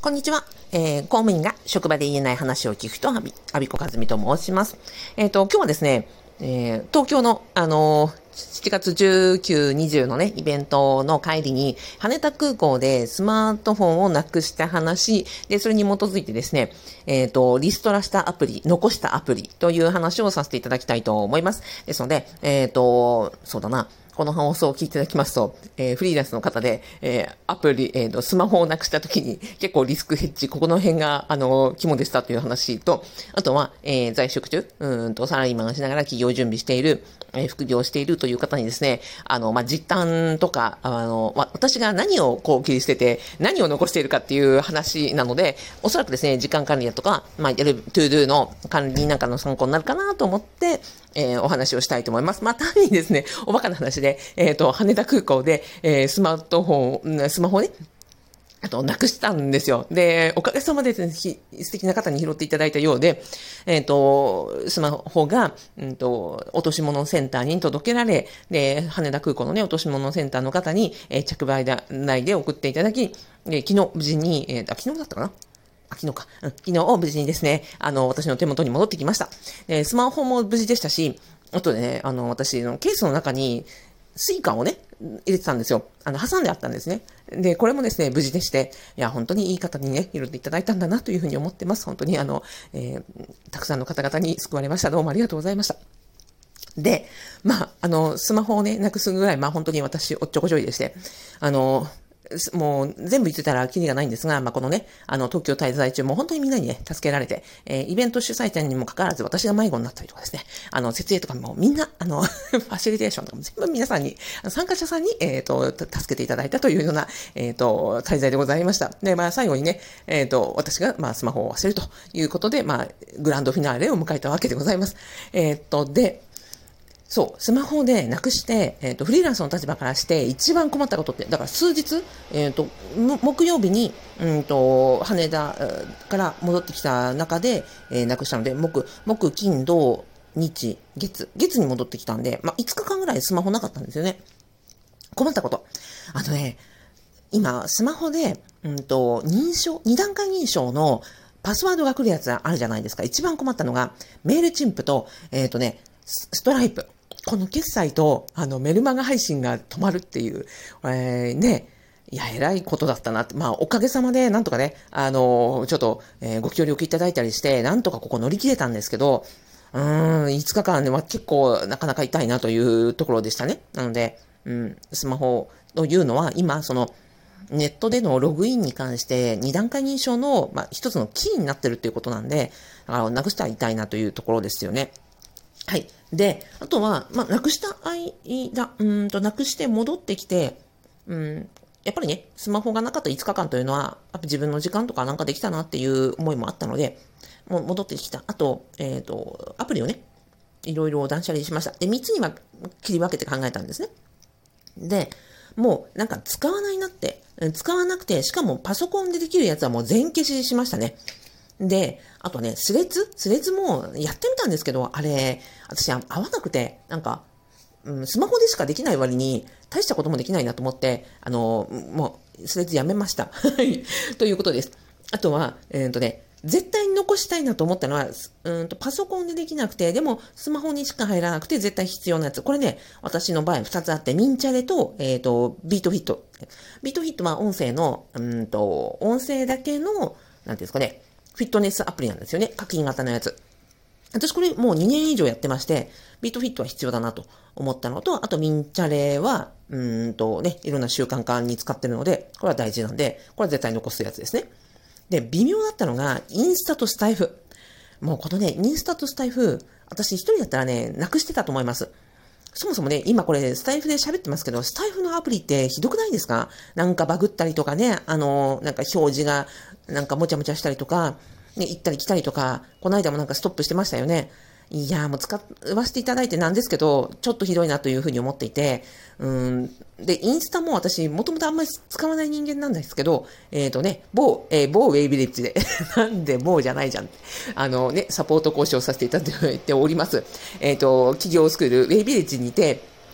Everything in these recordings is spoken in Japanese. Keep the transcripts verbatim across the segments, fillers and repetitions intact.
こんにちは。えー、公務員が職場で言えない話を聞くと、阿比子和美と申します。えっ、ー、と、今日はですね、えー、東京の、あのー、しちがつじゅうく、にじゅうのね、イベントの帰りに、羽田空港でスマートフォンをなくした話、で、それに基づいてですね、えっ、ー、と、リストラしたアプリ、残したアプリという話をさせていただきたいと思います。ですので、えっ、ー、と、そうだな、この放送を聞いていただきますと、えー、フリーランスの方で、えー、アプリ、えー、スマホをなくした時に結構リスクヘッジ、ここの辺が、あの、肝でしたという話と、あとは、えー、在職中、うんと、サラリーマンをしながら企業準備している、えー、副業しているという方にですね、あの、まあ、実感とか、あの、まあ、私が何をこう切り捨てて、何を残しているかっていう話なので、おそらくですね、時間管理だとか、まあ、やる、トゥードゥの管理なんかの参考になるかなと思って、えー、お話をしたいと思います。まあ、単にですね、おバカな話で、えっと、羽田空港で、えー、スマートフォン、スマホね、あと、なくしたんですよ。で、おかげさまで、ね、素敵な方に拾っていただいたようで、えっと、スマホが、うんと、落とし物センターに届けられ、で、羽田空港のね、落とし物センターの方に、えー、着払内で送っていただき、で、昨日無事に、えー、あ、昨日だったかなあ、昨日か。うん、昨日無事にですね、あの、私の手元に戻ってきました。で、スマホも無事でしたし、あとでね、あの、私のケースの中に、スイカをね、入れてたんですよ。あの、挟んであったんですね。で、これもですね、無事でして、いや、本当にいい方にね、拾っていただいたんだなというふうに思ってます。本当にあの、えー、たくさんの方々に救われました。どうもありがとうございました。で、まあ、あの、スマホをね、なくすぐらい、まあ本当に私、おっちょこちょいでして、あの、もう全部言ってたらキリがないんですが、まあ、このね、あの、東京滞在中も本当にみんなにね、助けられて、えー、イベント主催店にもかかわらず私が迷子になったりとかですね、あの、設営とかもみんな、あの、ファシリテーションとかも全部皆さんに、参加者さんに、えっと、助けていただいたというような、えっと、滞在でございました。で、まあ、最後にね、えっと、私が、まあ、スマホを忘れるということで、まあ、グランドフィナーレを迎えたわけでございます。えっと、で、そう、スマホでなくして、えっと、フリーランスの立場からして一番困ったことって、だから数日、えっと、木曜日に、うんと、羽田から戻ってきた中で、えー、なくしたので、木、木、金、土、日、月、月に戻ってきたんで、まあ、いつかかんぐらいスマホなかったんですよね。困ったこと。あとね、今、スマホで、うんと、認証、二段階認証のパスワードが来るやつあるじゃないですか。一番困ったのが、メールチンプと、えっとね、ストライプ。この決済と、あの、メルマガ配信が止まるっていう、えー、ね、いや、偉いことだったなって。まあ、おかげさまで、なんとかね、あの、ちょっと、えー、ご協力いただいたりして、なんとかここ乗り切れたんですけど、うーん、いつかかんで、まあ、結構、なかなか痛いなというところでしたね。なので、うん、スマホというのは、今、その、ネットでのログインに関して二段階認証の、まあ、一つのキーになってるっていうことなんで、だからなくしたら痛いなというところですよね。はい。で、あとは、まあ、なくした間、うんと、なくして戻ってきて、うん、やっぱりね、スマホがなかったいつかかんというのは、やっぱ自分の時間とかなんかできたなっていう思いもあったので、もう戻ってきた。あと、えっと、アプリをね、いろいろ断捨離しました。で、みっつには切り分けて考えたんですね。で、もうなんか使わないなって、使わなくて、しかもパソコンでできるやつはもう全消ししましたね。で、あとね、スレッズスレッズもやってみたんですけど、あれ、私合わなくて、なんか、うん、スマホでしかできない割に、大したこともできないなと思って、あの、もう、スレッズやめました。はい。ということです。あとは、えっとね、絶対に残したいなと思ったのは、うんとパソコンでできなくて、でもスマホにしか入らなくて絶対必要なやつ。これね、私の場合ふたつあって、ミンチャレと、えっと、ビートフィット。ビートフィットは音声の、うんと、音声だけの、なんていうんですかね、フィットネスアプリなんですよね。課金型のやつ。私これもうにねん以上やってまして、ビートフィットは必要だなと思ったのと、あとミンチャレは、うーんとね、いろんな習慣化に使ってるので、これは大事なんで、これは絶対残すやつですね。で、微妙だったのが、インスタとスタイフ。もうこのね、インスタとスタイフ、私一人だったらね、なくしてたと思います。そもそもね、今これスタイフで喋ってますけど、スタイフのアプリってひどくないですか？なんかバグったりとかね、あの、なんか表示がなんかもちゃもちゃしたりとか、ね、行ったり来たりとか、この間もなんかストップしてましたよね。いやーもう使わせていただいてなんですけど、ちょっとひどいなというふうに思っていて、うん、で、インスタも私、もともとあんまり使わない人間なんですけど、えっとね、某、えー、某ウェイビレッジで、なんで某じゃないじゃん。あのね、サポート交渉させていただいております。えっと、企業スクール、ウェイビレッジにて、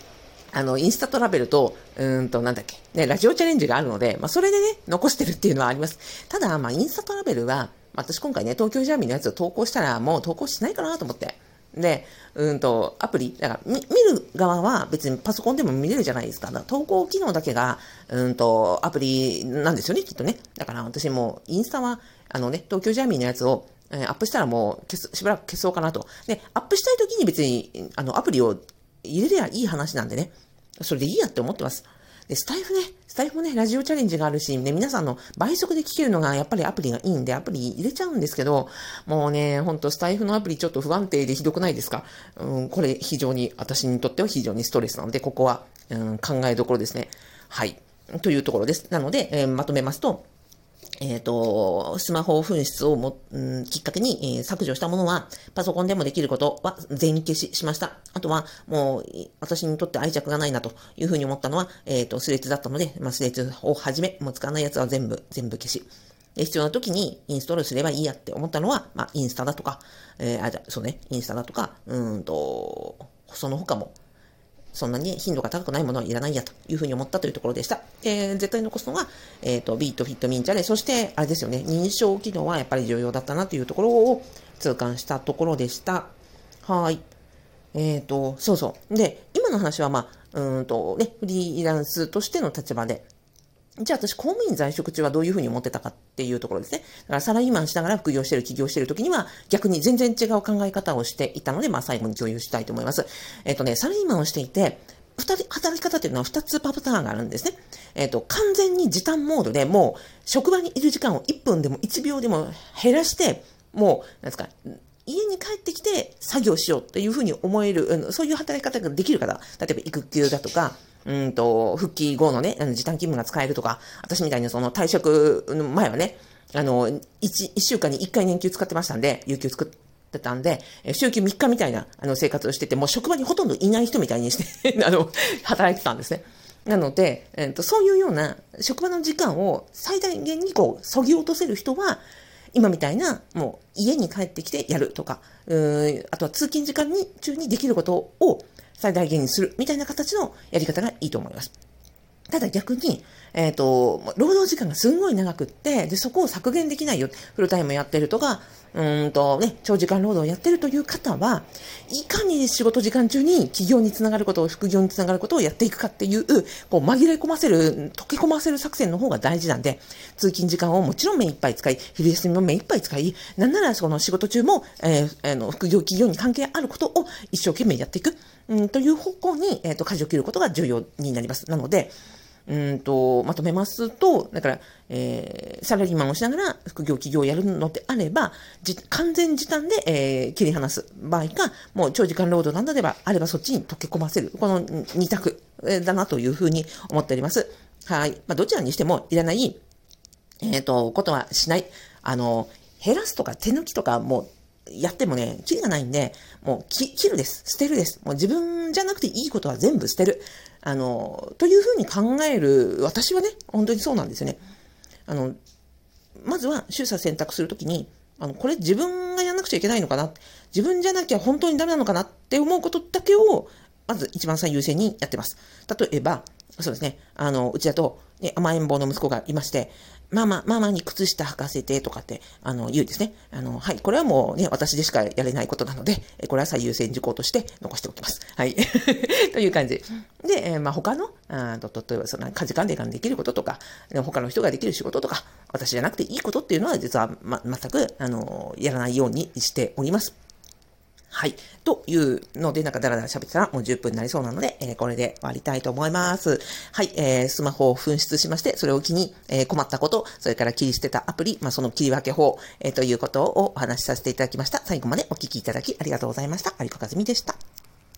あの、インスタトラベルと、うーんと、なんだっけ、ね、ラジオチャレンジがあるので、まあ、それでね、残してるっていうのはあります。ただ、まあ、インスタトラベルは、私今回ね、東京ジャーミーのやつを投稿したら、もう投稿しないかなと思って。で、うんと、アプリ、だから、見、見る側は別にパソコンでも見れるじゃないですか。だから投稿機能だけが、うんと、アプリなんですよね、きっとね。だから私も、インスタは、あのね、東京ジャーミーのやつを、えーアップしたらもう消す、しばらく消そうかなと。で、アップしたい時に別に、あの、アプリを入れりゃいい話なんでね。それでいいやって思ってます。で、スタイフね、スタイフもね、ラジオチャレンジがあるし、ね、皆さんの倍速で聞けるのがやっぱりアプリがいいんで、アプリ入れちゃうんですけど、もうね、ほんとスタイフのアプリちょっと不安定でひどくないですか？うん、これ非常に、私にとっては非常にストレスなので、ここは、うん、考えどころですね。はい。というところです。なので、えー、まとめますと、えっと、スマホ紛失をも、うん、きっかけに、えー削除したものは、パソコンでもできることは全消ししました。あとは、もう、私にとって愛着がないなというふうに思ったのは、えっと、スレッズだったので、まあ、スレッズをはじめ、もう使わないやつは全部、全部消し。で必要な時にインストールすればいいやって思ったのは、まあ、インスタだとか、えー、あ、じゃそうね、インスタだとか、うーんと、その他も、そんなに頻度が高くないものはいらないやというふうに思ったというところでした。えー、絶対残すのは、えっと、ビート、フィット、ミンチャレ、そして、あれですよね、認証機能はやっぱり重要だったなというところを痛感したところでした。はい。えっと、そうそう。で、今の話は、まあ、うーんと、ね、フリーランスとしての立場で、じゃあ私、公務員在職中はどういうふうに思ってたかっていうところですね。だからサラリーマンしながら副業してる、起業してる時には、逆に全然違う考え方をしていたので、まあ最後に共有したいと思います。えっとね、サラリーマンをしていて、二人、働き方っていうのは二つパターンがあるんですね。えっと、完全に時短モードでもう、職場にいる時間をいっぷんでもいちびょうでも減らして、もう、なんですか、家に帰ってきて作業しようっていうふうに思える、うん、そういう働き方ができる方、例えば育休だとか、うんと、復帰後のね、あの時短勤務が使えるとか、私みたいにその退職の前はね、あの、一、一週間に一回年休使ってましたんで、有給作ってたんで、え週休みっかみたいな、あの、生活をしてて、もう職場にほとんどいない人みたいにしてあの、働いてたんですね。なので、えーと、そういうような職場の時間を最大限にこう、削ぎ落とせる人は、今みたいな、もう家に帰ってきてやるとか、うーん、あとは通勤時間に中にできることを最大限にするみたいな形のやり方がいいと思います。ただ逆に、えっと、労働時間がすんごい長くって、で、そこを削減できないよ。フルタイムやってるとか、うーんとね、長時間労働をやってるという方は、いかに仕事時間中に起業につながることを、副業につながることをやっていくかっていう、こう紛れ込ませる、溶け込ませる作戦の方が大事なんで、通勤時間をもちろん目いっぱい使い、昼休みも目いっぱい使い、なんならその仕事中も、えー、あの副業、起業に関係あることを一生懸命やっていく、うん、という方向に、えっと、舵を切ることが重要になります。なので、うんと、まとめますと、だから、えー、サラリーマンをしながら副業、起業をやるのであれば、じ完全時短で、えー、切り離す場合か、もう長時間労働なんだれば、あればそっちに溶け込ませる。この二択だなというふうに思っております。はい。まあ、どちらにしてもいらない、えっと、ことはしない。あの、減らすとか手抜きとかもう、やってもね、キリがないんで、もう、き、切るです。捨てるです。もう自分じゃなくていいことは全部捨てる。あの、というふうに考える、私はね、本当にそうなんですよね。あの、まずは、取捨選択するときに、あの、これ自分がやらなくちゃいけないのかな。自分じゃなきゃ本当にダメなのかなって思うことだけを、まず一番最優先にやってます。例えば、そうですね、あの、うちだと、ね、甘えん坊の息子がいまして、ママ、ママに靴下履かせてとかって、あの、言うんですね。あの、はい。これはもうね、私でしかやれないことなので、これは最優先事項として残しておきます。はい。という感じ。で、えー、まあ、他の、あと、例えば、その、家事関連ができることとか、他の人ができる仕事とか、私じゃなくていいことっていうのは、実は、ま、全く、あの、やらないようにしております。はい。というので、なんかだらだら喋ってたらもうじゅっぷんになりそうなので、えー、これで終わりたいと思います。はい。えー、スマホを紛失しまして、それを機に、えー、困ったこと、それから切り捨てたアプリ、まあ、その切り分け法、えー、ということをお話しさせていただきました。最後までお聞きいただきありがとうございました。有子和美でした。